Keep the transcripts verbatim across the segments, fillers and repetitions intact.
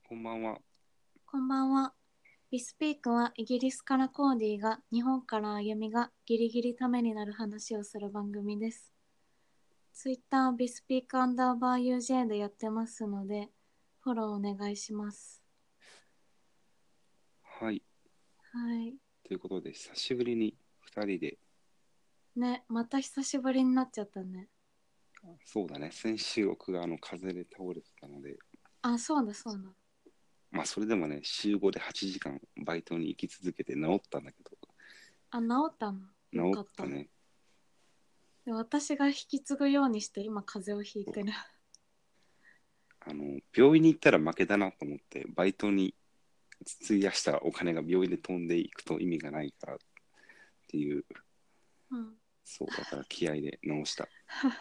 こんばんは。 こんばんは。ビスピークはイギリスからコーディが日本からあゆみがギリギリためになる話をする番組です。ツイッタービスピークアンダーバー ユージェー でやってますので、フォローお願いします。 はい。 はい。 ということで、久しぶりにふたりで、 ね、また久しぶりになっちゃったね。 そうだね、先週僕があの風邪で倒れてたので、 あ、そうだそうだ。 まあそれでもね、週ごではちじかんバイトに行き続けて治ったんだけど、 あ、治ったの。よ治かった。 ったね。 で、私が引き継ぐようにして今風邪をひいてる。 あの、病院に行ったら負けだなと思って、バイトに費やしたお金が病院で飛んでいくと意味がないからっていう、 うん。 そう、だから気合で治した。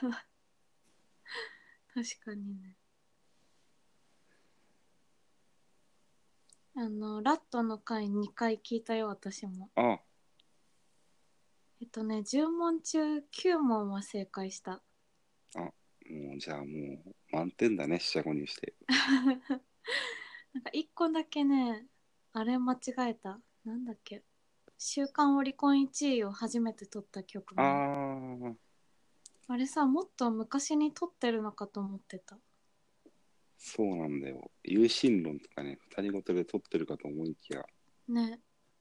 確かにね。あの、ラットの回にかい聞いたよ、私も。 あ、 えっとね、じゅう問中きゅう問は正解した。 あ、もうじゃあもう満点だね、四捨五入して。 なんかいっこだけね、あれ間違えた。なんだっけ。週刊オリコンいちいを初めて取った曲あ名。 あ、 あれさ、もっと昔に撮ってるのかと思ってた。 そうなんだよ。有心論とかね、二人ごとで撮ってるかと思いきや、 ね。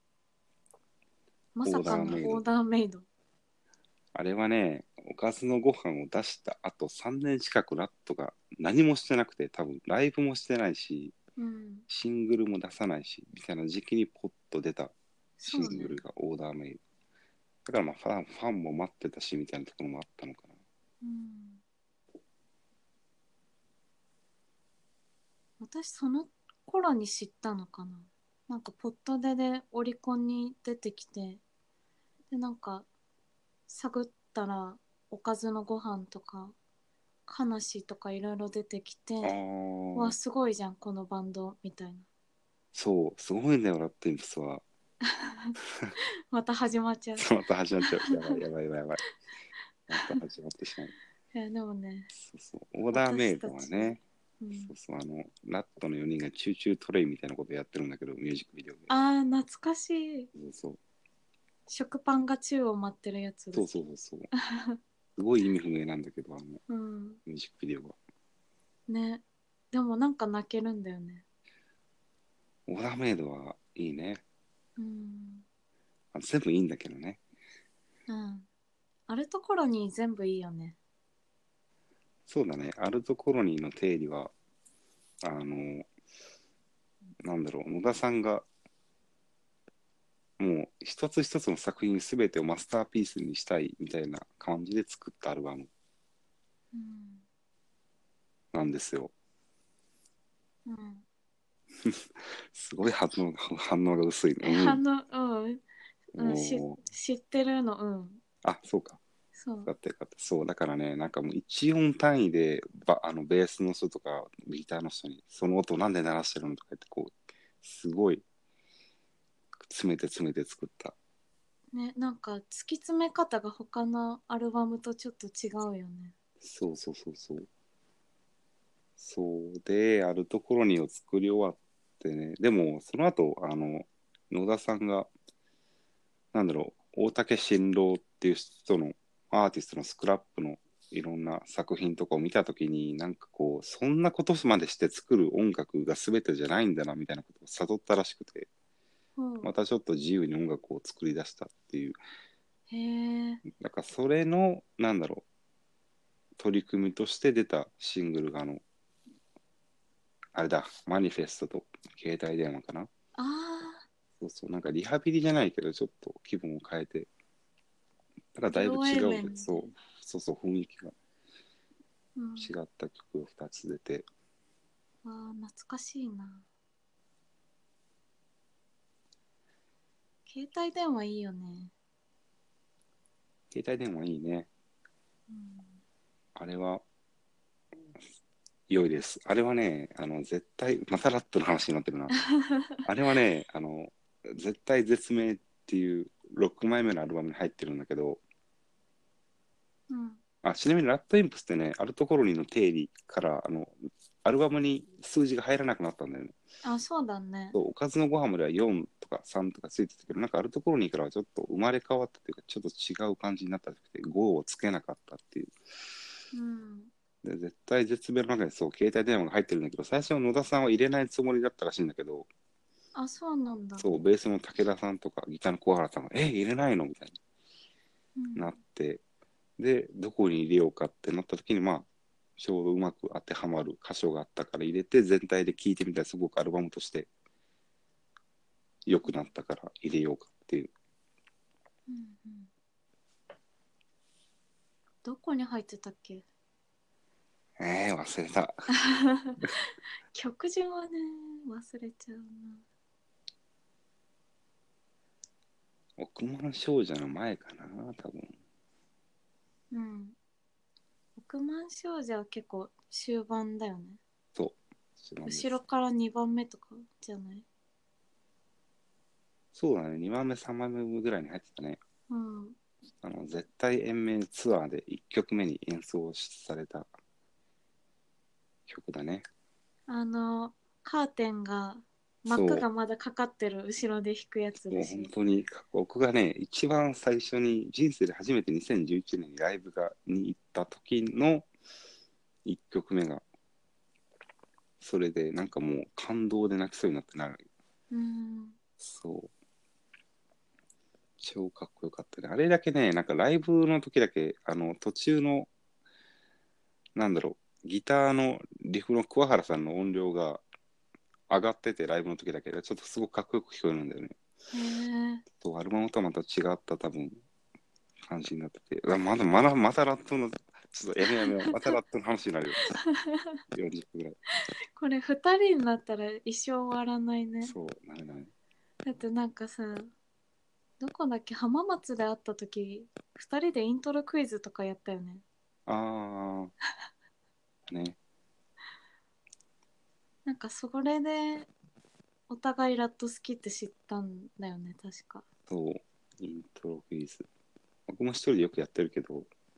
まさオーかダーメイド。 のオーダーメイド。 あれはね、おかずのご飯を出した後さんねん近くラットが何もしてなくて、多分ライブもしてないし、 うん。 シングルも出さないし、みたいな時期にポッと出たシそうね。 ングルがオーダーメイド。だからまあファン、ファンも待ってたし、みたいなところもあったのかな。 うん。私その頃に知ったのかな。なんかポットででオリコンに出てきて、でなんか探ったらおかずのご飯とか悲しとかいろいろ出てきあて、わー、 すごいじゃんこのバンドみたいな。 そう、すごいんだよ、ラットインプスは。 また始まっちゃう。 また始まっちゃう。やばいやばいやばいやばい。また始まってしまう。 いやでもね、 そうそう、オーダーメ私イドたち、 はね、 うん、 そうそう、あの、ラットのよにんがチューチュートレインみたいなことやってるんだけど、ミュージックビデオで。 あー懐かしい。 そうそう、 食パンが宙を待ってるやつだっそうそけ。 うそうそう、すごい意味不明なんだけど、あの、 うん。 ミュージックビデオが。 ね、でもなんか泣けるんだよね。 オーダーメイドはいいね。 うん。 あ全部いいんだけどね。 うん。あるところに全部いいよね。 そうだね、アルトコロニーの定理は、あの、なんだろう、野田さんが、もう一つ一つの作品すべてをマスターピースにしたいみたいな感じで作ったアルバムうん。 なんですよ。 うん。 すごい反応反応が薄いえ、 の。うん。 あの、うん。うん、し、 もう、 知ってるの、うん。 あ、そうか。 そう。 だってかって、そう、だからね、なんかもう一音単位で、ばあのベースの人とか、ギターの人に、その音なんで鳴らしてるのとか言って、こう、すごい詰めて詰めて作った。 ね、なんか突き詰め方が他のアルバムとちょっと違うよね。 そうそうそうそう。そうで、あるところにを作り終わってね、でも、その後、あの、野田さんが、なんだろう、大竹新郎っていう人のアーティストのスクラップのいろんな作品とかを見たときに、なんかこう、そんなことまでして作る音楽が全てじゃないんだなみたいなことを悟ったらしくて、 うん。 またちょっと自由に音楽を作り出したっていう、 へえ。 なんかそれの、なんだろう、取り組みとして出たシングルが、あの、あれだ、マニフェストと携帯電話かな。 ああ、 そうそう、なんかリハビリじゃないけど、ちょっと気分を変えて、だからだいぶ両違 A うんで、 面みたいな。 そう、そうそう、雰囲気がうん。 違った曲がふたつ出て、 ああ、懐かしいな。携帯電話いいよね。 携帯電話いいね。 うん。 あれは良いです。あれはね、あの、絶対、またラットの話になってるな。あれはね、あの、絶対絶命っていうろくまいめのアルバムに入ってるんだけど、 うん。 あ、ちなみにラットインプスってね、あるところにの定理から、あの、 アルバムに数字が入らなくなったんだよね。 あ、そうだね。 そう、おかずのご飯まではよんとかさんとかついてたけど、なんかあるところにからはちょっと生まれ変わったというか、ちょっと違う感じになったらしくて、ごをつけなかったっていう。 うん。 で絶対絶命の中にそう携帯電話が入ってるんだけど、最初の野田さんは入れないつもりだったらしいんだけど、 あ、そうなんだ。 そう、ベースの武田さんとかギターの小原さんが、え、入れないのみたいになうん。 って、で、どこに入れようかってなった時に、まあ、ちょうどうまく当てはまる箇所があったから入れて、全体で聴いてみたらすごくアルバムとして良くなったから入れようかっていう。 うんうん、どこに入ってたっけ？ えー、忘れた。 曲順はね、忘れちゃうな。 億万少女の前かな、多分。 うん。億万少女は結構終盤だよね。 そう。一番です。 後ろからにばんめとかじゃない？ そうだね、にばんめ、さんばんめぐらいに入ってたね。 うん。 あの絶対延命ツアーでいっきょくめに演奏された曲だね。 あの、カーテンが、幕そがまだかかってる後ろで弾くやつう、もう本でしょ。 当に僕がね、一番最初に人生で初めてにせんじゅういちねんにライブがに行った時のいっきょくめが、それでなんかもう感動で泣きそうになってなる。 うん。 そう。超かっこよかったね。あれだけね、なんかライブの時だけ、あの、途中の、なんだろう、ギターのリフの桑原さんの音量が上がってて、ライブの時だけで、ちょっとすごくかっこよく聞こえるんだよね。 へえ。 と、アルバムとはまた違った多分、感じになってて、うわまだまだまたラットの、ちょっとやめやめよう、またラットの話になるよ。よんじゅっぷんぐらい。 これふたりになったら一生終わらないね。 そう、なめなめ。 だってなんかさ、どこだっけ、浜松で会った時ふたりでイントロクイズとかやったよね。 あー、ね。 なんかそれでお互いラット好きって知ったんだよね、確か。 そう、イントロクイズ。僕も一人でよくやってるけど、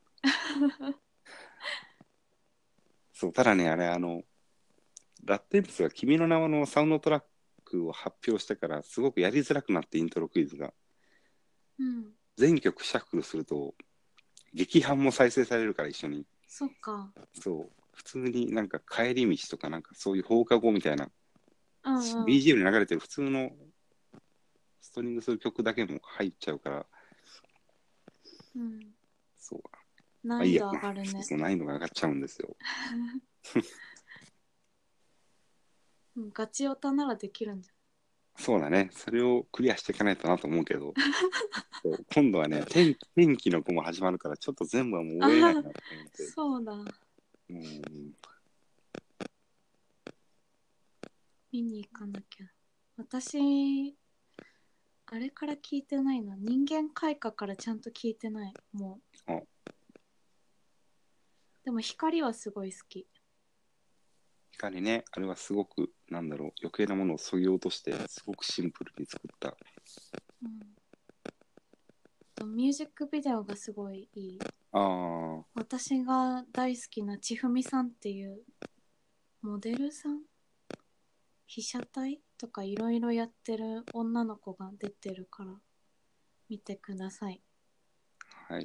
そう、ただね、あれ、あの、ラッテンプスが君の名はのサウンドトラックを発表してから、すごくやりづらくなって、イントロクイズが。 うん。 全曲シャッフルすると、劇伴も再生されるから一緒に。 そっか。 そう、普通になんか帰り道とか、なんかそういう放課後みたいな、 うんうん。 ビージーエム に流れてる普通のストリングする曲だけも入っちゃうから、 うん。 そう。まあいいや、 難易度上がるね。 そう難易度が上がっちゃうんですよ。 うん、ガチオタならできるんじそうだね。それをクリアしていかないとなと思うけど、そう今度はね天、天気の子も始まるから、ちょっと全部はもうゃん。ああ、 終えないなと思って。 そうだ。 うん、 見に行かなきゃ。私、あれから聞いてないな。人間開花からちゃんと聞いてない。もう。 あ、 でも光はすごい好き。 光ね、あれはすごく、なんだろう、余計なものを削ぎ落として、すごくシンプルに作った。 うん。とミュージックビデオがすごいいい。 ああ、 私が大好きな千文さんっていうモデルさん、被写体とかいろいろやってる女の子が出てるから見てください。 はい。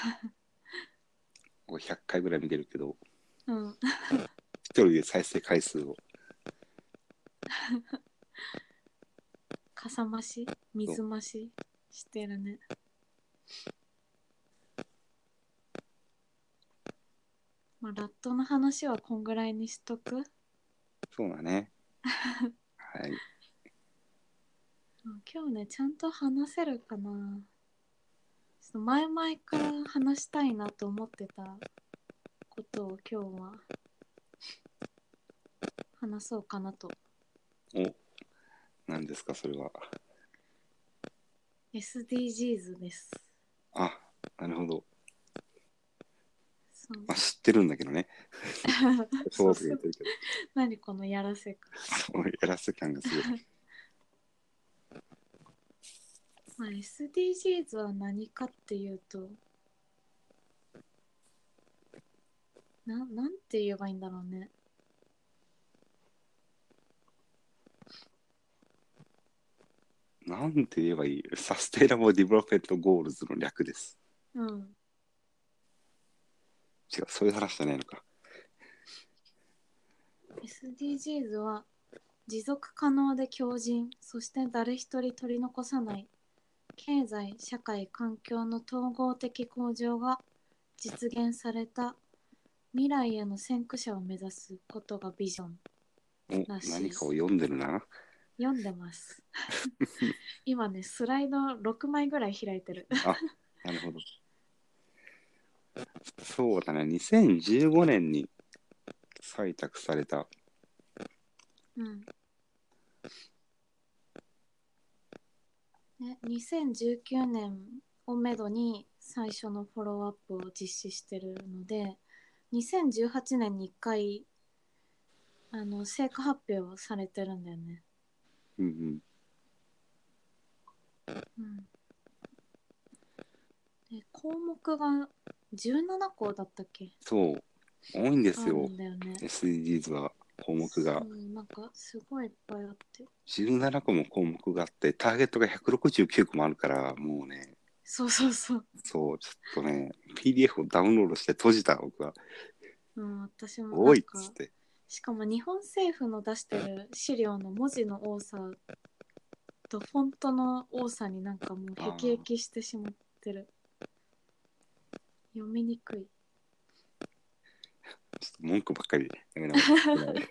ひゃっかいぐらい見てるけど、 うん。 一人で再生回数を。 かさ増し水増ししてるね。まあ、ラットの話はこんぐらいにしとく。 そうだね。はい。 今日ね、ちゃんと話せるかな。ちょっと前々から話したいなと思ってたことを今日は話そうかなと。 お、何ですか、それは。 エスディージーズ です。 あ、なるほど。 そう。 まあ、知ってるんだけどね。そうそう言ってるけど。 何このやらせか。 そうやらせ感がすごい。 まあ、エスディージーズ は何かっていうと、な、なんて言えばいいんだろうね。 なんて言えばいい、サステイナブルディベロップメントゴールズの略です。 うん。 違う、そういう話じゃないのか。 エスディージーズ は持続可能で強靭、そして誰一人取り残さない経済、社会、環境の統合的向上が実現された未来への先駆者を目指すことがビジョンお、 らしい。 何かを読んでるな。 読んでます。今ね、スライドろくまいぐらい開いてる。 あ、なるほど。そうだね、にせんじゅうごねんに採択された。 うん。ね、にせんじゅうきゅうねんをめどに最初のフォローアップを実施してるので、にせんじゅうはちねんにいっかいあの成果発表されてるんだよね。 うんうん。 うん、で項目がじゅうななこうだったっけ。 そう、多いんであるすよ。 んだよね。 エスディージーズ は項目が。 そう、なんかすごいいっぱいあって。 じゅうななこも項目があって、ターゲットがひゃくろくじゅうきゅうこもあるから、もうね、 そうそうそう。 そう、ちょっとね、ピーディーエフ をダウンロードして閉じた、僕は。 うん、私もな多いっつんか、 って。 しかも日本政府の出してる資料の文字の多さとフォントの多さになんかもうあ辟易してしまってる。読みにくい。 ちょっと文句ばっかりやめながら。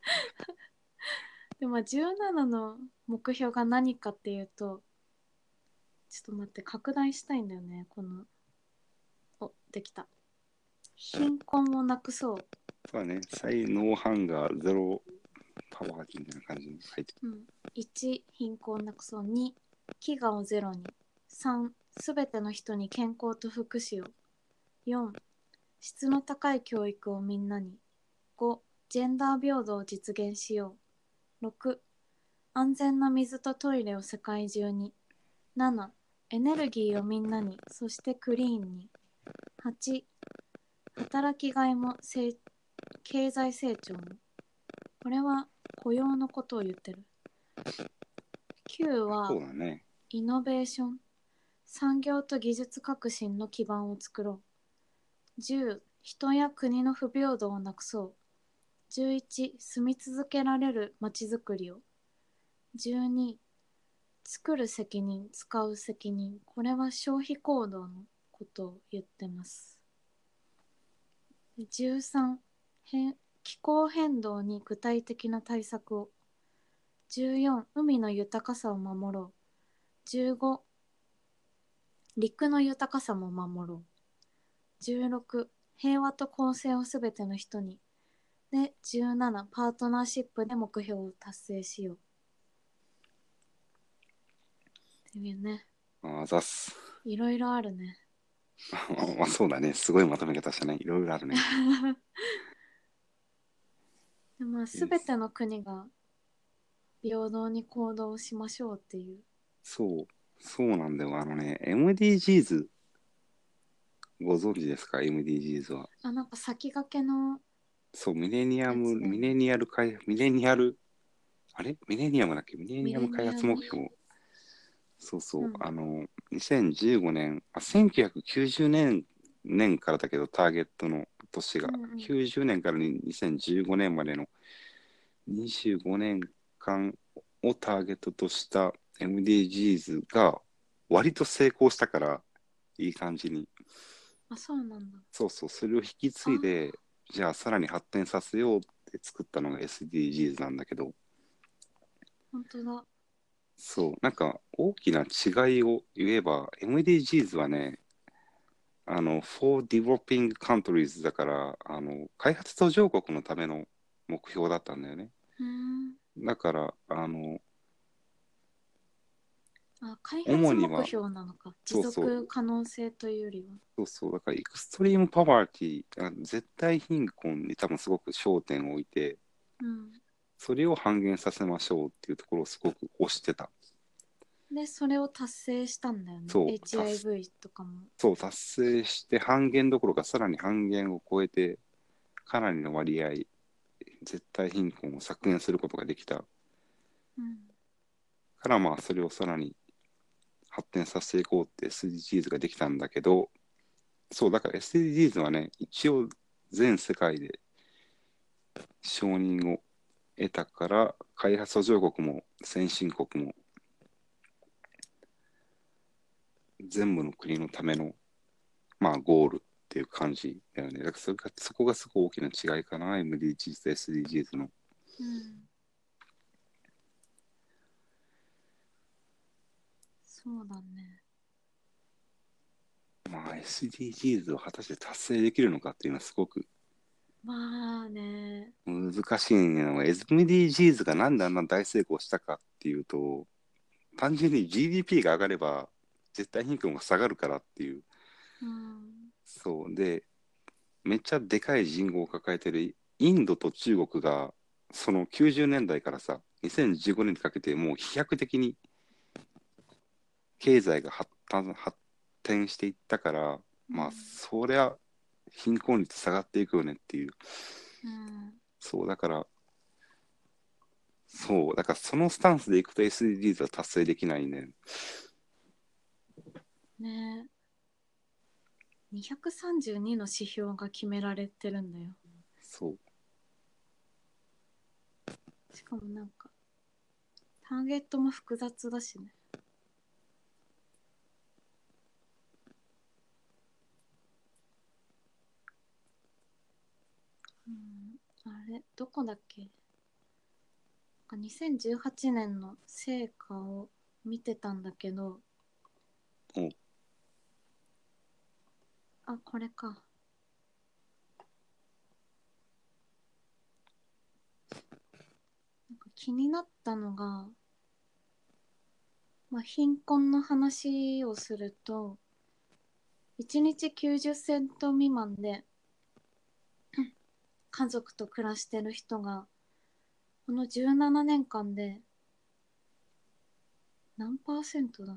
でもじゅうななの目標が何かっていうと、ちょっと待って、拡大したいんだよね、この。お、できた。貧困をなくそう。 そうだね、才能ハンガーゼロパワーみたいな感じに書いてうん、いち、貧困をなくそう。に、飢餓をゼロに。さん、すべての人に健康と福祉を。よん、質の高い教育をみんなに。ご、ジェンダー平等を実現しよう。ろく、安全な水とトイレを世界中に。なな、エネルギーをみんなに、そしてクリーンに。はち、働きがいも経済成長も。これは雇用のことを言ってる。きゅうはそうだね。 イノベーション。産業と技術革新の基盤を作ろう。じゅう、人や国の不平等をなくそう。じゅういち、住み続けられるまちづくりを。じゅうに、作る責任、使う責任。これは消費行動のことを言ってます。じゅうさん、気候変動に具体的な対策を。じゅうよん、海の豊かさを守ろう。じゅうご、陸の豊かさも守ろう。じゅうろく、平和と公正をすべての人に。で、じゅうなな、パートナーシップで目標を達成しよう。っていうね。 あざっす。 いろいろあるね。 まあそうだね。すごいまとめ方したね。いろいろあるね。 でまあ、すべての国が平等に行動しましょうっていう。 そう、そうなんだよ。あのね、エムディージーズ ご存知ですか？ エムディージーズ は。 あ、なんか先駆けのそう、ミレニアム、 やつだよね。 ミレニアル開、ミレニアル、あれミレニアムだっけ？ミレミレニアム開ニアム。 発目標。そうそう、 うん。 あの、にせんじゅうごねん、あ、せんきゅうひゃくきゅうじゅうねん年からだけど、ターゲットの年が、 うんうん。 きゅうじゅうねんからにせんじゅうごねんまでのにじゅうごねんかんをターゲットとした エムディージーズ が割と成功したから、いい感じに。 あ、そうなんだ。 そうそう、それを引き継いあ、 で、じゃあさらに発展させようって作ったのが エスディージーズ なんだけど、 本当だ。 そう、なんか大きな違いを言えば、エムディージーズ はね、あの、for developing countries だから、あの、開発途上国のための目標だったんだよね。 うーん。 だから、あの、 あ、開発目主には、 標なのか。持そうそう、 続可能性というよりは。 そうそう、だからエクストリームパワーティー、あ絶対貧困に多分すごく焦点を置いて、 うん。 それを半減させましょうっていうところをすごく推してた。 で、それを達成したんだよね。 そう、達エイチアイブイ とかも。 そう、達成して半減どころかさらに半減を超えて、かなりの割合、絶対貧困を削減することができた。 うん。 からまあそれをさらに発展させていこうって エスディージーズ ができたんだけど、そうだから エスディージーズ はね一応全世界で承認を得たから開発途上国も先進国も全部の国のためのまあゴールっていう感じだよね。だからそれがそこがすごい大きな違いかな、 エムディージーズ と エスディージーズ の。 うん、そうだね。 まあ エスディージーズ を果たして達成できるのかっていうのはすごくまあね。 難しいのが エムディージーズ がなんであんな大成功したかっていうと、単純に ジーディーピー が上がれば絶対貧困が下がるからっていう。 うん、 そうで、めっちゃでかい人口を抱えてるインドと中国がそのきゅうじゅうねんだいからさにせんじゅうごねんにかけてもう飛躍的に経済が発展発展していったから、まあそりゃ貧困率下がっていくよねっていう。 うん、 そうだからそうだからそのスタンスでいくと エスディージーズ は達成できないね。 ね。にひゃくさんじゅうにの指標が決められてるんだよ。 そうしかもなんかターゲットも複雑だしね。うん、あれどこだっけ。にせんじゅうはちねんの成果を見てたんだけど、 おあ、これか。なんか気になったのが、まあ、貧困の話をすると、いちにちきゅうじゅうセント未満で家族と暮らしてる人が、このじゅうななねんかんで何パーセントだ？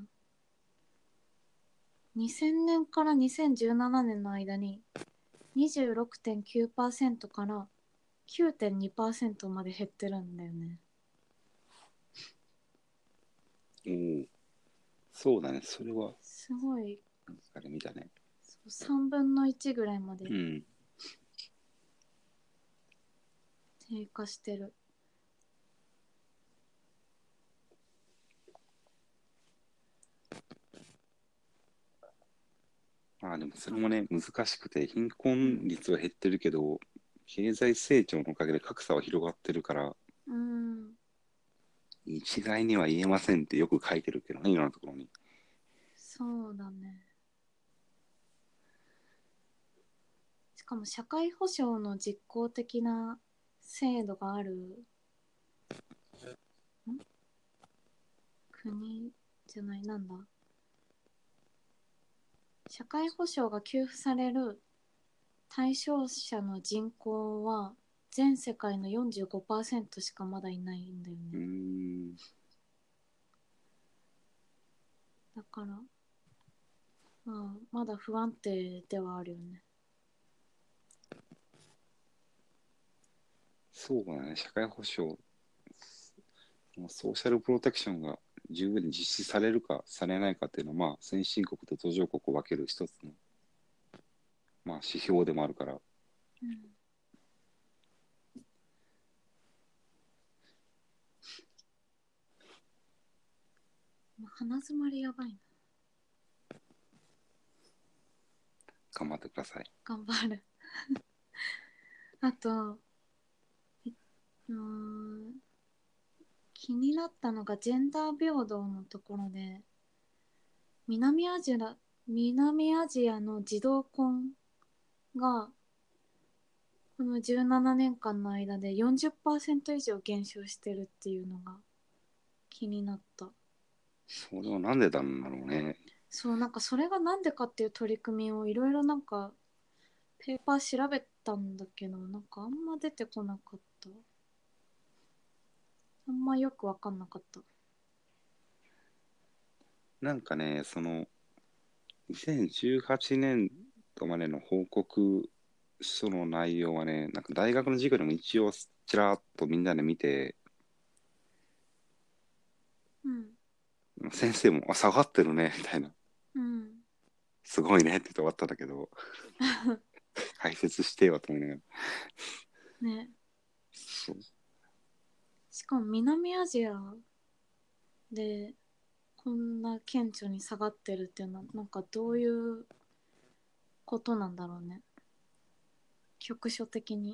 にせん 年からにせんじゅうななねんの間に にじゅうろくてんきゅうパーセント から きゅうてんにパーセント まで減ってるんだよね。 おそうだね、それはすごい。 あれ見たね。 そうさんぶんのいちぐらいまでうん低下してる。 まあでもそれもね難しくて、貧困率は減ってるけど経済成長のおかげで格差は広がってるからうん、 一概には言えませんってよく書いてるけどね、いろんなところに。 そうだね。しかも社会保障の実効的な制度があるん国じゃない、なんだ、社会保障が給付される対象者の人口は全世界のよんじゅうごパーセントしかまだいないんだようーね。 んだからまあまだ不安定ではあるよね。 そうだね、社会保障ソーシャルプロテクションが十分に実施されるかされないかっていうのは、まあ、先進国と途上国を分ける一つの、まあ、指標でもあるから。 うん、鼻づまりやばいな。 頑張ってください。 頑張る。あと、うーん、気になったのがジェンダー平等のところで、南アジア南アジアの児童婚がこのじゅうななねんかんの間でよんじゅっパーセント以上減少してるっていうのが気になった。 それはなんでなんだろうね。 そう、なんかそれがなんでかっていう取り組みをいろいろなんかペーパー調べたんだけど、なんかあんま出てこなかった。あんまよくわかんなかった。 なんかね、そのにせんじゅうはちねん度までの報告書の内容はね、なんか大学の授業でも一応ちらっとみんなで見て、 うん。 先生も、あ、下がってるね、みたいな。 うんすごいねって言って終わったんだけど、解説してよと思いながら。 ね、 そう。 しかも南アジアでこんな顕著に下がってるっていうのはなんかどういうことなんだろうね、局所的に。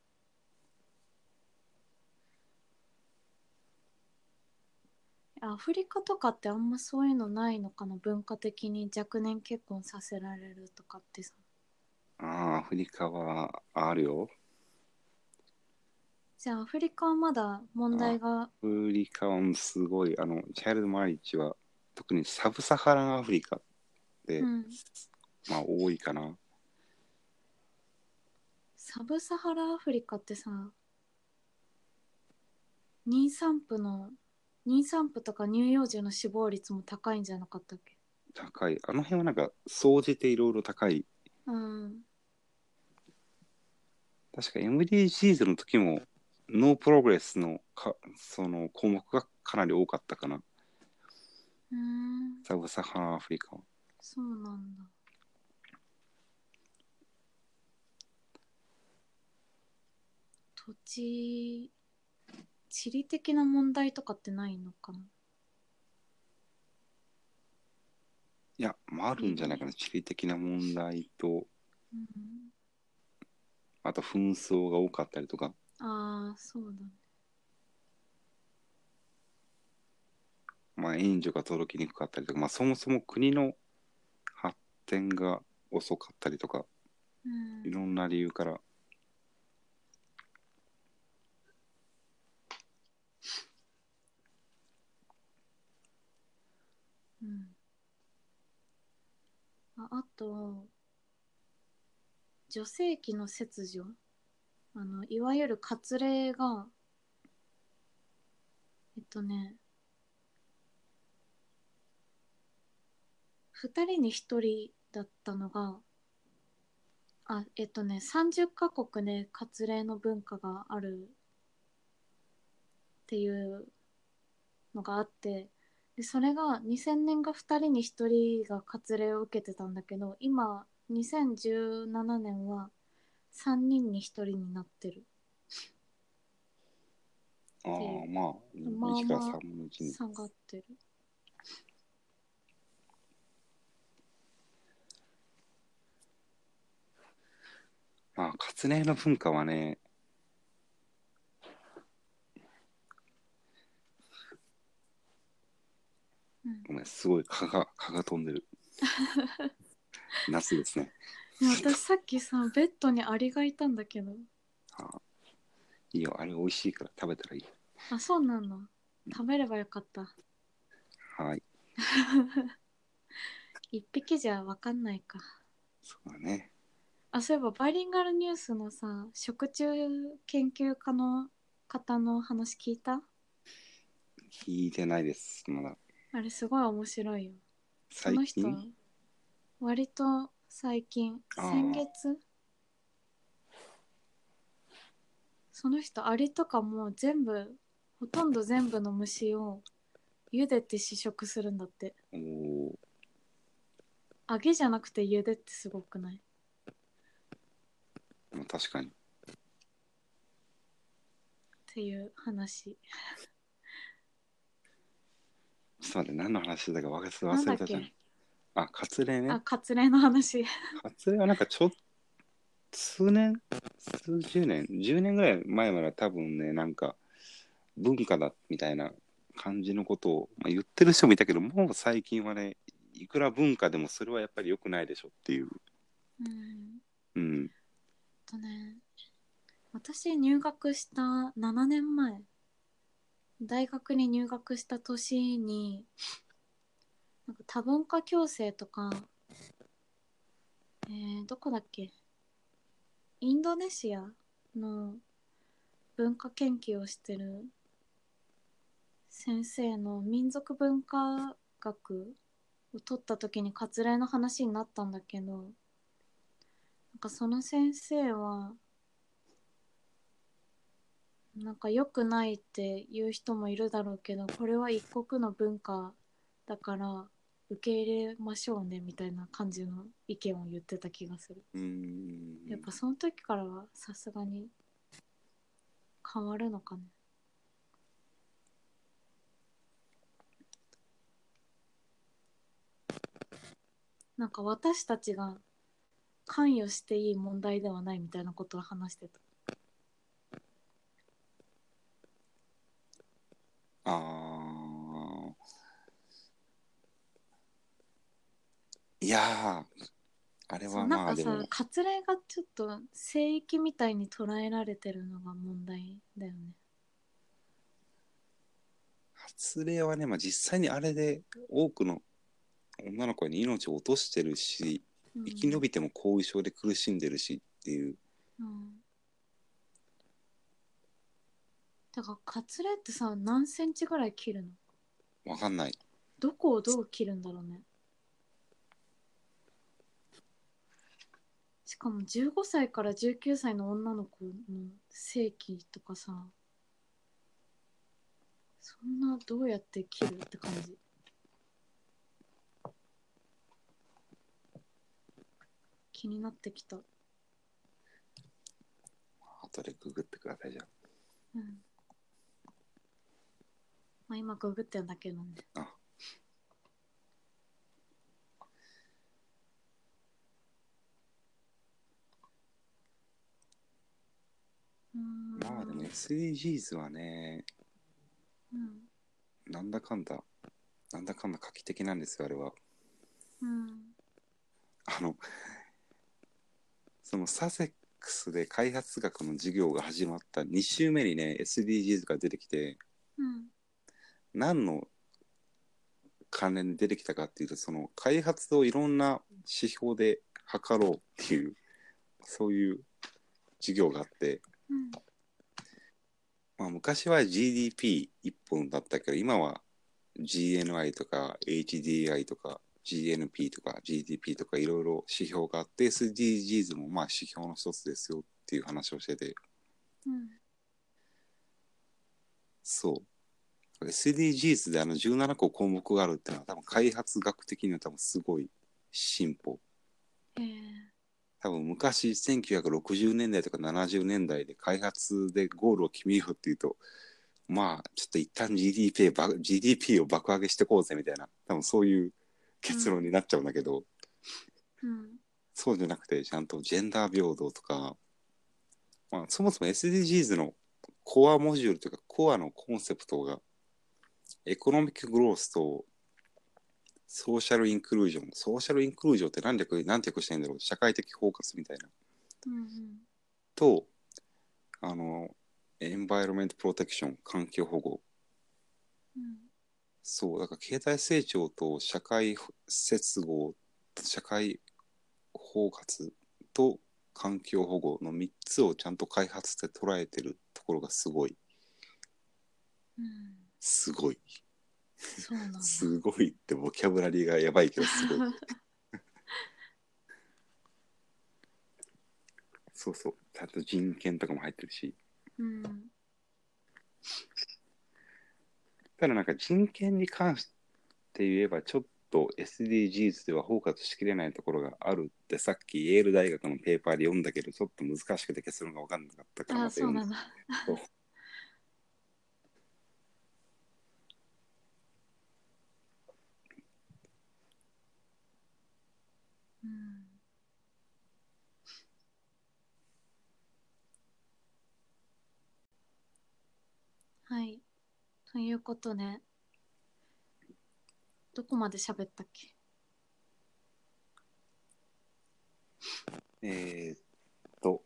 アフリカとかってあんまそういうのないのかな、文化的に若年結婚させられるとかってさ。 ああ、アフリカはあるよ。 じゃあアフリカはまだ問あ題が。 アフリカはすごい、あの、チャイルドマリッジは、特にサブサハランアフリカで、 うん、 まあ多いかな。 サブサハラアフリカってさ、妊産婦の妊産婦とか乳幼児の死亡率も高いんじゃなかったっけ？ 高い。あの辺はなんか、総じていろいろ高い。 うん。 確か エムディージーズ の時も、ノープログレスのかその項目がかなり多かったかな。 うーん、 サブサハランアフリカは。 そうなんだ。土地、地理的な問題とかってないのかな？ いや、まあ、あるんじゃないかな。地理的な問題と、 うん、 あと紛争が多かったりとか、 ああ、そうだね。 まあ、援助が届きにくかったりとか、まあ、そもそも国の発展が遅かったりとか、 うん、 いろんな理由から、 うん。あ、あと、女性器の切除、あの、いわゆる割礼が、えっとね、ふたりにひとりだったのが、あ、えっとね、さんじゅっかこくで割礼の文化があるっていうのがあって、でそれがにせんねんがふたりにひとりが割礼を受けてたんだけど、今にせんじゅうななねんはさんにんにひとりになってるあっていう。 あ、まあ、短いまあまあさんぶんのいちに。 下がってる。 まあ、割礼の文化はね、 うん、 ごめん、すごい蚊が、蚊が飛んでる。夏ですね。 で私さっきさベッドにアリがいたんだけど。 あ、いいよ、あれ美味しいから食べたらいい。 あ、そうなの？食べればよかった。 はい。 一匹じゃわかんないか。 そうだね。 あ、そういえばバイリンガルニュースのさ、食虫研究家の方の話聞いた？ 聞いてないです、まだ。 あれすごい面白いよ。その人、 最近。 割と最近、先あ月、その人アリとかも全部、ほとんど全部の虫を茹でて試食するんだって。 あ、おー、 揚げじゃなくて茹でってすごくない？っまあ、確かに。 ていう話。 ちょっと待って、何の話だか忘れ忘れたじゃん。 なんだっけ？ あ、割礼あ、 ね。 割礼の話。 割礼はなんかちょっと、数年、数十年、じゅうねんぐらい前までは多分ね、なんか文化だみたいな感じのことを、まあ、言ってる人もいたけど、もう最近はね、いくら文化でもそれはやっぱり良くないでしょっていう。 うん。 うん。 とね、私入学したななねんまえ、大学に入学した年に、なんか多文化共生とか、えー、どこだっけ、インドネシアの文化研究をしてる先生の民族文化学を取った時に割礼の話になったんだけど、なんかその先生はなんか良くないって言う人もいるだろうけど、これは一国の文化だから受け入れましょうねみたいな感じの意見を言ってた気がする。 うーん。 やっぱその時からはさすがに変わるのかね。なんか私たちが関与していい問題ではないみたいなことを話してた。 ああ。いやー、あれはそう、なんかまあでも、 さ、割礼がちょっと聖域みたいに捉えられてるのが問題だよね。 発令はね、まあ実際にあれで多くの女の子に命を落としてるし、 うん、 生き延びても後遺症で苦しんでるしっていう。 うん。だから割礼ってさ、何センチぐらい切るの？ わかんない。 どこをどう切るんだろうね。しかもじゅうごさいからじゅうきゅうさいの女の子の性器とかさ、そんなどうやって切るって感じ。気になってきた。 後でググってくださいじゃうん。まあ今ググってるだけなんで。 あ。あ、 うーん。 まあでも エスディージーズ はね、 うん。 なんだかんだ、なんだかんだ画期的なんですよ、あれは。 うん。 あの、そのサセックスで開発学の授業が始まったに週目にね、エスディージーズ が出てきて、 うん。 何の関連で出てきたかっていうと、その開発をいろんな指標で測ろうっていう、そういう授業があって、 うん。 まあ、昔は ジーディーピーいっ 本だったけど、今は ジーエヌアイ とか エイチディーアイ とか ジーエヌピー とか ジーディーピー とかいろいろ指標があって、エスディージーズ もまあ指標の一つですよっていう話をしてて、 うん。 そう。エスディージーズ であのじゅうななこ項目があるっていうのは多分開発学的には多分すごい進歩。 へえ。 多分昔せんきゅうひゃくろくじゅうねんだいとかななじゅうねんだいで開発でゴールを決めようっていうと、まあちょっと一旦 ジーディーピー, ば ジーディーピー を爆上げしてこうぜみたいな、多分そういう結論になっちゃうんだけど、 うん。 そうじゃなくてちゃんとジェンダー平等とか、まあ、そもそも エスディージーズ のコアモジュールというかコアのコンセプトがエコノミックグロースとソーシャルインクルージョン。ソーシャルインクルージョンって何略、何て訳したらいいんだろう。社会的包括みたいな。 うん。 と、あの、エンバイロメントプロテクション、環境保護。 うん。 そう、だから経済成長と社会接合、社会包括と環境保護のみっつをちゃんと開発して捉えてるところがすごい。 うん。 すごい。 そうなんだ。 すごいってボキャブラリーがやばいけどすごい。そうそう。ちゃんと人権とかも入ってるし。 うん。 ただなんか人権に関して言えばちょっと エスディージーズ では包括しきれないところがあるってさっきイェール大学のペーパーで読んだけどちょっと難しくて結論が分かんなかったからまあ、 た読んだ。 そうなんだ。 そう。 うん。はい。ということで、どこまで喋ったっけ？ えー、っと、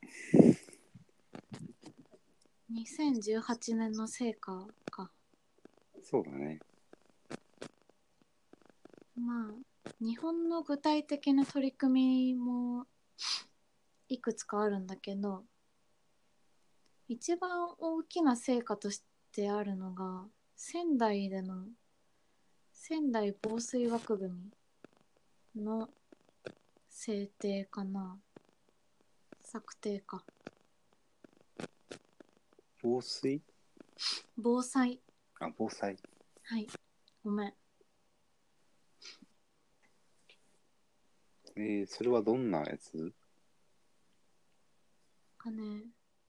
にせんじゅうはちねんの成果か。 そうだね。 まあ、日本の具体的な取り組みもいくつかあるんだけど、一番大きな成果としてあるのが、仙台での仙台防水枠組みの制定かな。策定か。 防水防災。 あ、防災。 はい。ごめん。 えー、それはどんなやつ？ かね、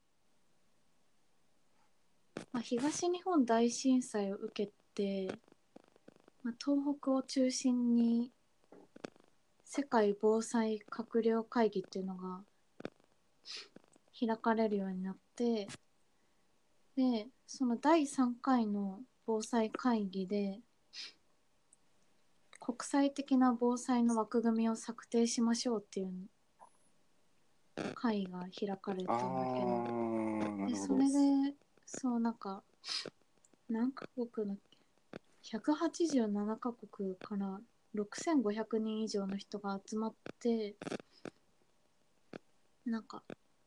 まあ、東日本大震災を受けて、まあ、東北を中心に世界防災閣僚会議っていうのが開かれるようになって、でそのだいさんかいの防災会議で国際的な防災の枠組みを策定しましょうっていう会が開かれあたんだけど、 ー、なでるほど。 それでそうなんか何カ国だっけ、ひゃくはちじゅうななカ国からろくせんごひゃくにん以上の人が集まって、なんか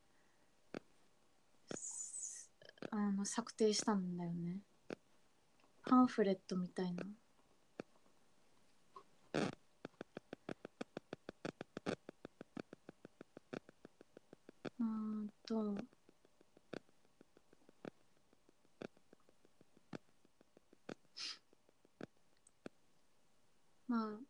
あの策定したんだよね。パンフレットみたいな。うーんとまあ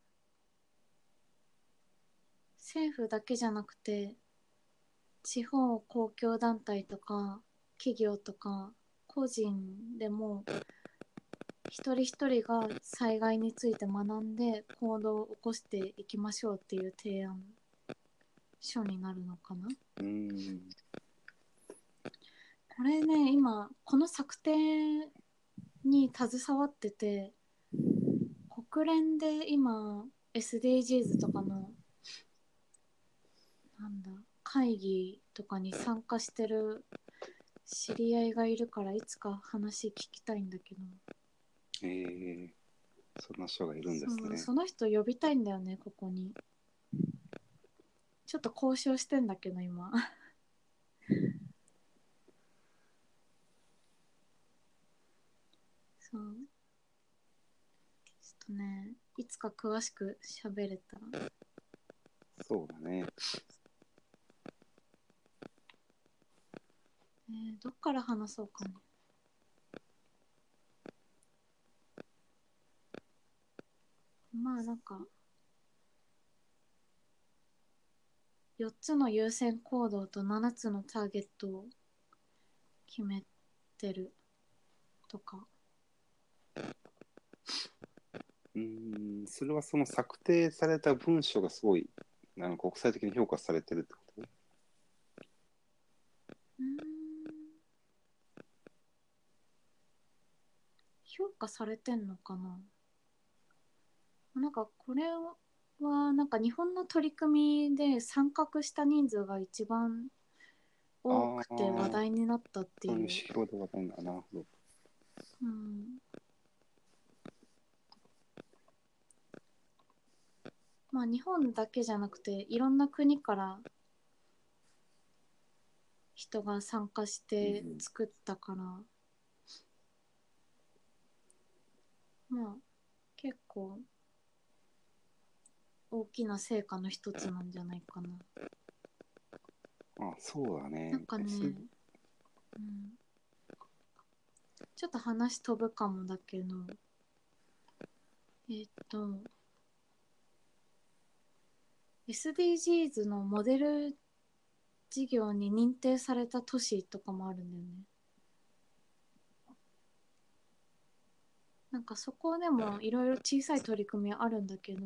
政府だけじゃなくて地方公共団体とか企業とか個人でも一人一人が災害について学んで行動を起こしていきましょうっていう提案書になるのかな。 うーん。 これね、今この策定に携わってて、国連で今 エスディージーズ とかのなんだ会議とかに参加してる知り合いがいるから、いつか話聞きたいんだけど。 えー、そんな人がいるんでそすね。 うその人呼びたいんだよね、ここに。ちょっと交渉してんだけど今そうちょっとね、いつか詳しく喋れたら。 そうだね。 えー、どっから話そうかね。まあなんかよっつの優先行動とななつのターゲットを決めてるとか。 うーん、それはその策定された文書がすごいあの国際的に評価されてるってこと？ うーん、評価されてんのかな。なんかこれはなんか日本の取り組みで参画した人数が一番多あくて話あ、 題になったってそういういう。 指標でわかんない。なるほど。 うん、まあ日本だけじゃなくていろんな国から人が参加してうん作ったから、まあ結構大きな成果の一つなんじゃないかな。 うん、あ、そうだね。 なんか S、 ね、うん、ちょっと話飛ぶかもだけど、えーっと エスディージーズ のモデル事業に認定された都市とかもあるんだよね。なんかそこでもいろいろ小さい取り組みあるんだけど、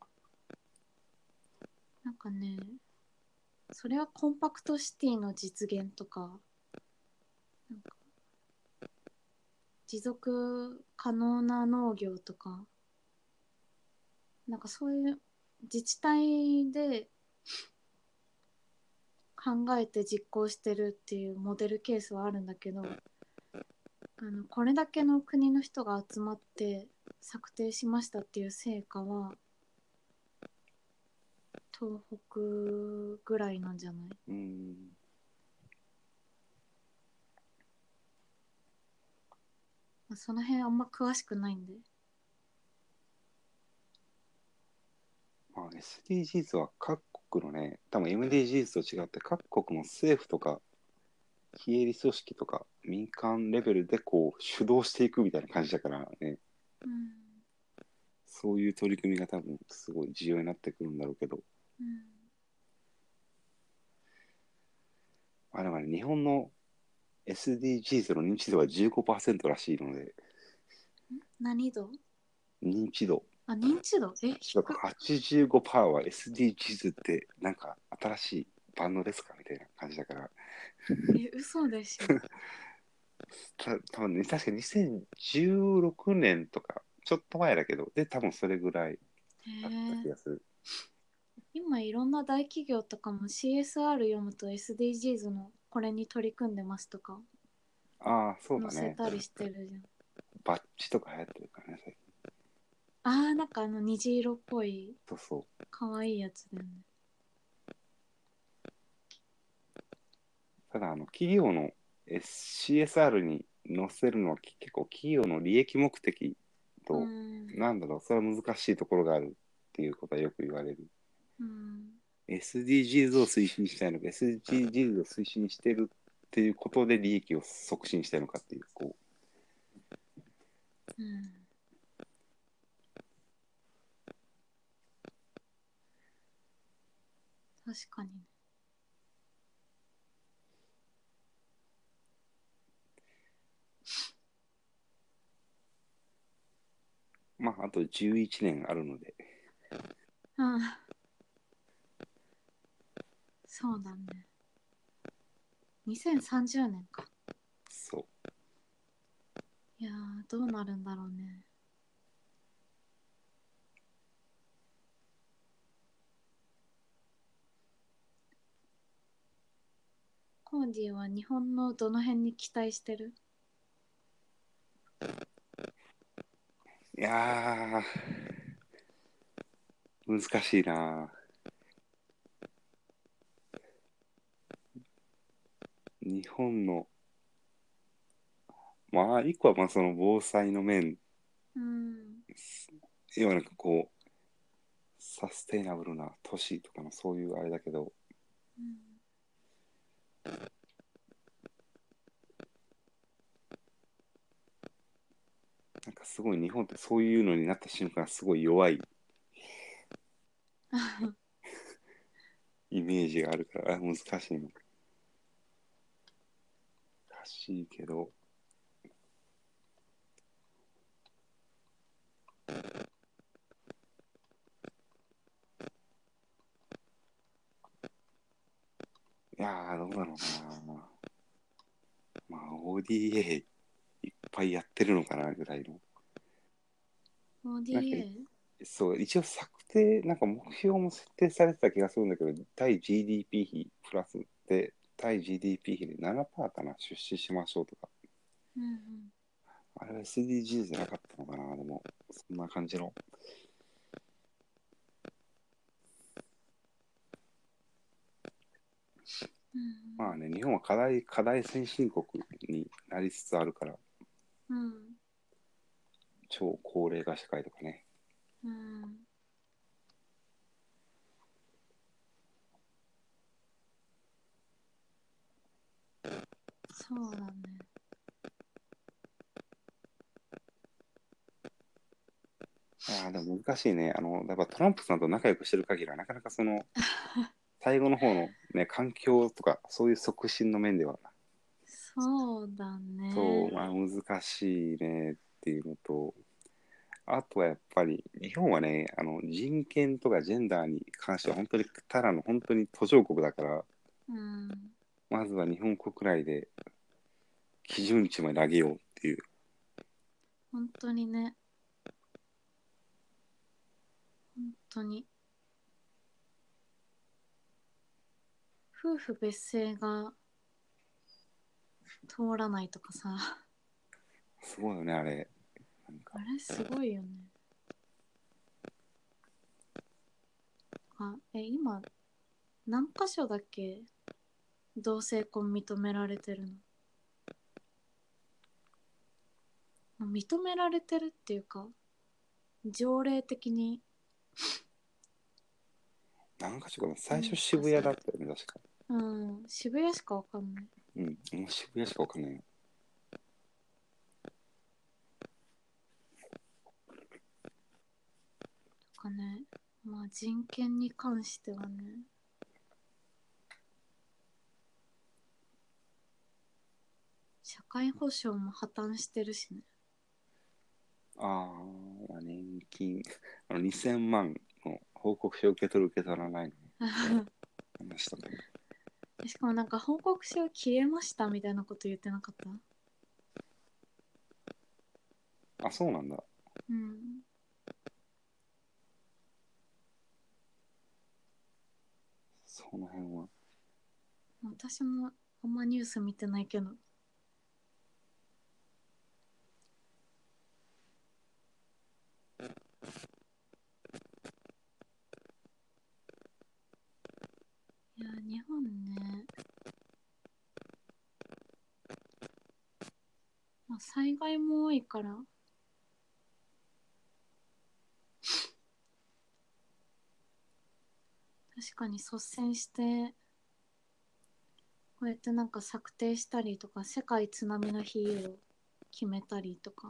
なんかね、それはコンパクトシティの実現とか、なんか持続可能な農業とか、なんかそういう自治体で考えて実行してるっていうモデルケースはあるんだけど、あのこれだけの国の人が集まって策定しましたっていう成果は東北ぐらいなんじゃない？ うん、 まあ、その辺あんま詳しくないんで。 まあ、エスディージーズ は各国のね、多分 エムディージーズ と違って各国の政府とか非営利組織とか民間レベルでこう主導していくみたいな感じだからね、 うん、 そういう取り組みが多分すごい重要になってくるんだろうけど、 うん、 あ、でもね、日本の エスディージーズ の認知度はじゅうごパーセントらしいので、 何度？ 認知度。 あ、認知度え、低だからはちじゅうごパーセントは エスディージーズ ってなんか新しいバンドですかみたいな感じだから。 え、嘘でしょ。 た多分ね、確かににせんじゅうろくねんとか、ちょっと前だけど、で、多分それぐらいへだった気え。 がする。 今いろんな大企業とかも シーエスアール 読むと エスディージーズ のこれに取り組んでますとかああ、そう載だね。 せたりしてるじゃん。 バッジとか流行ってるからね、最近。 あー、なんかあの虹色っぽいそうそう。 かわいいやつだよね。 ただ、あの、企業の シーエスアール に載せるのは結構企業の利益目的うと、 ん。 なんだろう、それは難しいところがあるっていうことはよく言われる。 うん。 エスディージーズ を推進したいのか、エスディージーズ を推進してるっていうことで利益を促進したいのかっていう、こうん。確かにね。 う、まあ、あとじゅういちねんあるので、 うん。そうだね。にせんさんじゅうねんか。 そう。 いやー、どうなるんだろうね。コーディは日本のどの辺に期待してる？ いやー、難しいな。日本の、まあ、一個はまあその防災の面、 うん。 要はなんかこう、サステイナブルな都市とかのそういうあれだけど、 うん。 なんかすごい日本ってそういうのになった瞬間すごい弱いイメージがあるから、あ、難しいの。難しいけど、いやー、どうだろうな。まあ、オーディーエー いっぱいやってるのかなぐらいの。なんか、 オーディーエー？ そう、一応策定、なんか目標も設定されてた気がするんだけど、対 ジーディーピー 比プラスで、対 ジーディーピー 比でななパーセントかな、出資しましょうとか。 うんうん。 あれは エスディージーズ じゃなかったのかな、でも、そんな感じの。 うんまあね、日本は課題、課題先進国になりつつあるから、 うん。 超高齢化社会とかね。 うん。そうだね。 いやーでも難しいね。あの、やっぱトランプさんと仲良くしてる限りは、なかなかその、最後の方のね、環境とか、そういう促進の面では、 そうだね。 そう、まあ、難しいねっていうのと、あとはやっぱり、日本はね、あの、人権とかジェンダーに関しては、本当にただの本当に途上国だから、 うん。 まずは日本国内で基準値まで上げようっていう。 本当にね。本当に。夫婦別姓が通らないとかさ。 すごいよね、あれ。なんか、 あれすごいよね。あ、え、今、何箇所だっけ同性婚認められてるの？認められてるっていうか、条例的になんかちょっと最初認可渋谷されてだったよね、確か。 る。うん、渋谷しかわかんない。 うん、もう渋谷しかわかんないな。 とかね。まあ人権に関してはね。 会保障も破綻してるしね。 ああ、年金、あのにせんまんの報告書受け取る受け取らないの話とかね。 しかもなんか報告書消えましたみたいなこと言ってなかった？ あ、そうなんだ。 うん。 その辺は。 私もあんまニュース見てないけど。いや、日本ね。まあ、災害も多いから。確かに率先してこうやってなんか策定したりとか、世界津波の日を決めたりとか。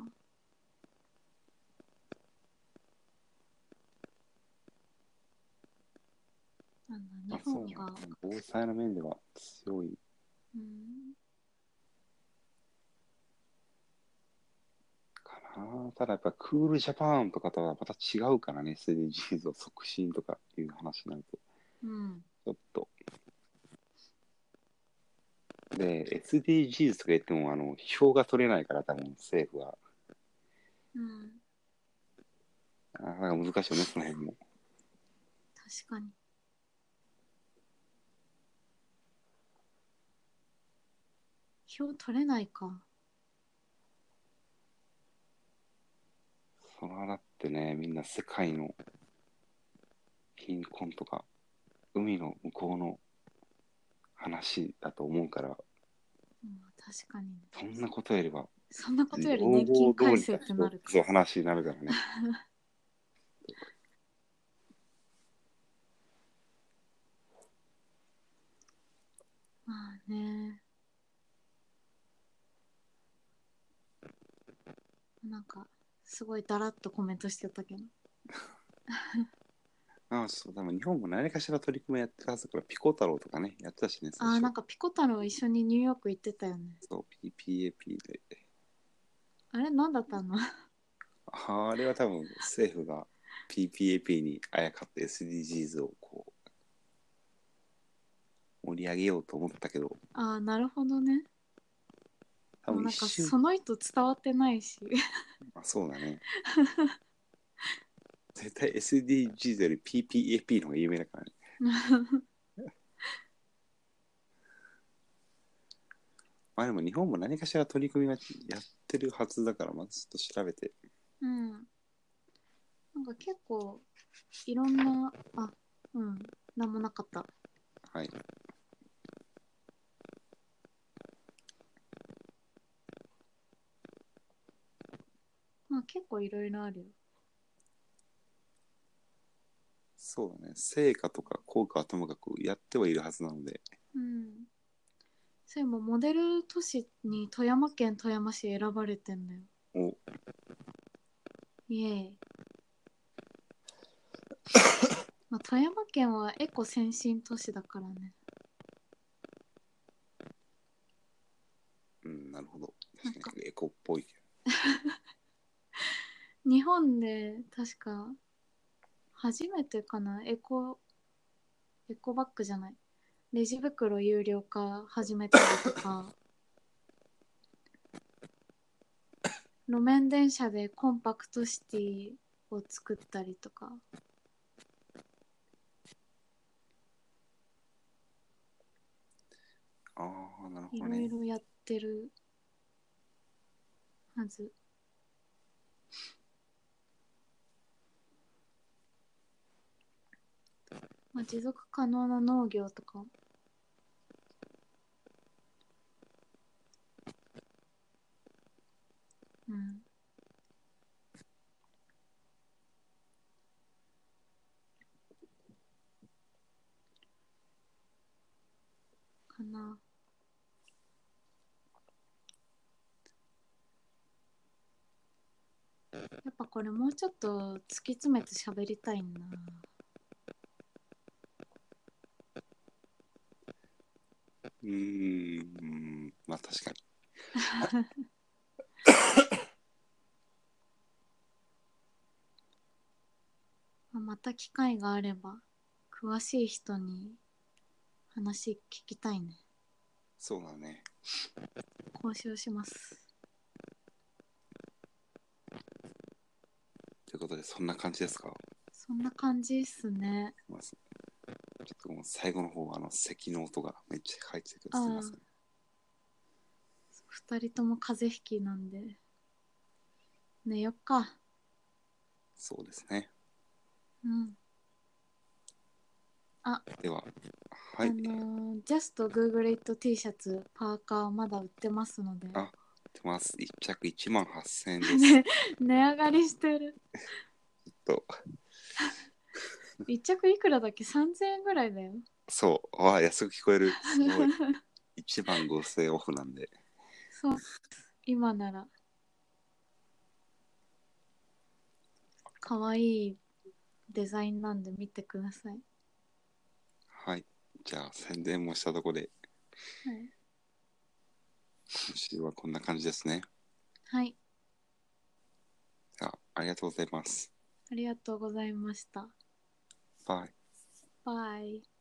なんだ、 あ、 日そう本が。 なんだ。防災の面では強いうん。 かな。ただやっぱクールジャパンとかとはまた違うからね、エスディージーズ を促進とかいう話になると。 うん。 ちょっと。で、エスディージーズ とか言っても、あの、票が取れないから、多分政府は。 うん。 あなんか難しいよね、その辺も。 確かに。票取れないか。 それはだってね、みんな世界の貧困とか、海の向こうの話だと思うから、 うん、確かにね。 そんなことよりは、 そんなことより要年金望通改正りだと、 ってなるか。 そう話になるからね。 まあね。なんか、すごいだらっとコメントしてたけど。 ああ、そう、多分日本も何かしら取り組みやってるはずだから、ピコ太郎とかね、やってたしね、最ああ、 初。 なんかピコ太郎一緒にニューヨーク行ってたよね。 そう、ピーピーエーピー で。 あれ何だったの？ ああれは多分政府が ピーピーエーピー にあやかって エスディージーズ をこう盛り上げようと思ったけど、 ああ、なるほどね。 多もうなんか分一瞬、 その人伝わってないし。 まあ、そうだね。絶対 エスディージーズ より ピーピーエーピー の方が有名だからね。まあでも日本も何かしら取り組みはやってるはずだから、まずちょっと調べて。 うん。なんか結構いろんな、あ、うん、なんもなかった。 はい。 まあ結構いろいろあるよ。 そうだね。成果とか効果はともかくやってはいるはずなので。 うん。そういえばモデル都市に富山県富山市選ばれてんだよ。 お、 イエーイ。まあ、富山県はエコ先進都市だからね。 うん、なるほど。 なんか確かにエコっぽいけ日本で確か初めてかな、エコ、エコバッグじゃない。レジ袋有料化始めたりとか、路面電車でコンパクトシティを作ったりとか。 ど。ああ、なるいほどね。 ろいろやってるはず。まあ、持続可能な農業とか。うん。かな。やっぱこれもうちょっと突き詰めて喋りたいな。 うーん、まあ確かに。 また機会があれば詳しい人に話聞きたいね。 そうだね。 交渉します。 ということで、そんな感じですか？ そんな感じっすね。 まあちょっともう最後の方はあの咳の音がめっちゃ入ってくる。 ああすみません。 二人とも風邪ひきなんで寝よっか。 そうですね。 うん。あ、 では、 あはい。 のー、ジャストグーグルイット T シャツパーカーまだ売ってますので。 あ、出ます。いっ着いちまんはっせんえんです。 ね、値上がりしてる。 と一着いくらだっけ？ さんぜん 円ぐらいだよ。 そう。わあ、安く聞こえる。すごい。いちまんごせんえんオフなんで。 そう。今なら。かわいいデザインなんで見てください。 はい。じゃあ、宣伝もしたところで、 はい。 今週はこんな感じですね。 はい。 じゃあ、ありがとうございます。 ありがとうございました。 バイ。 バイ。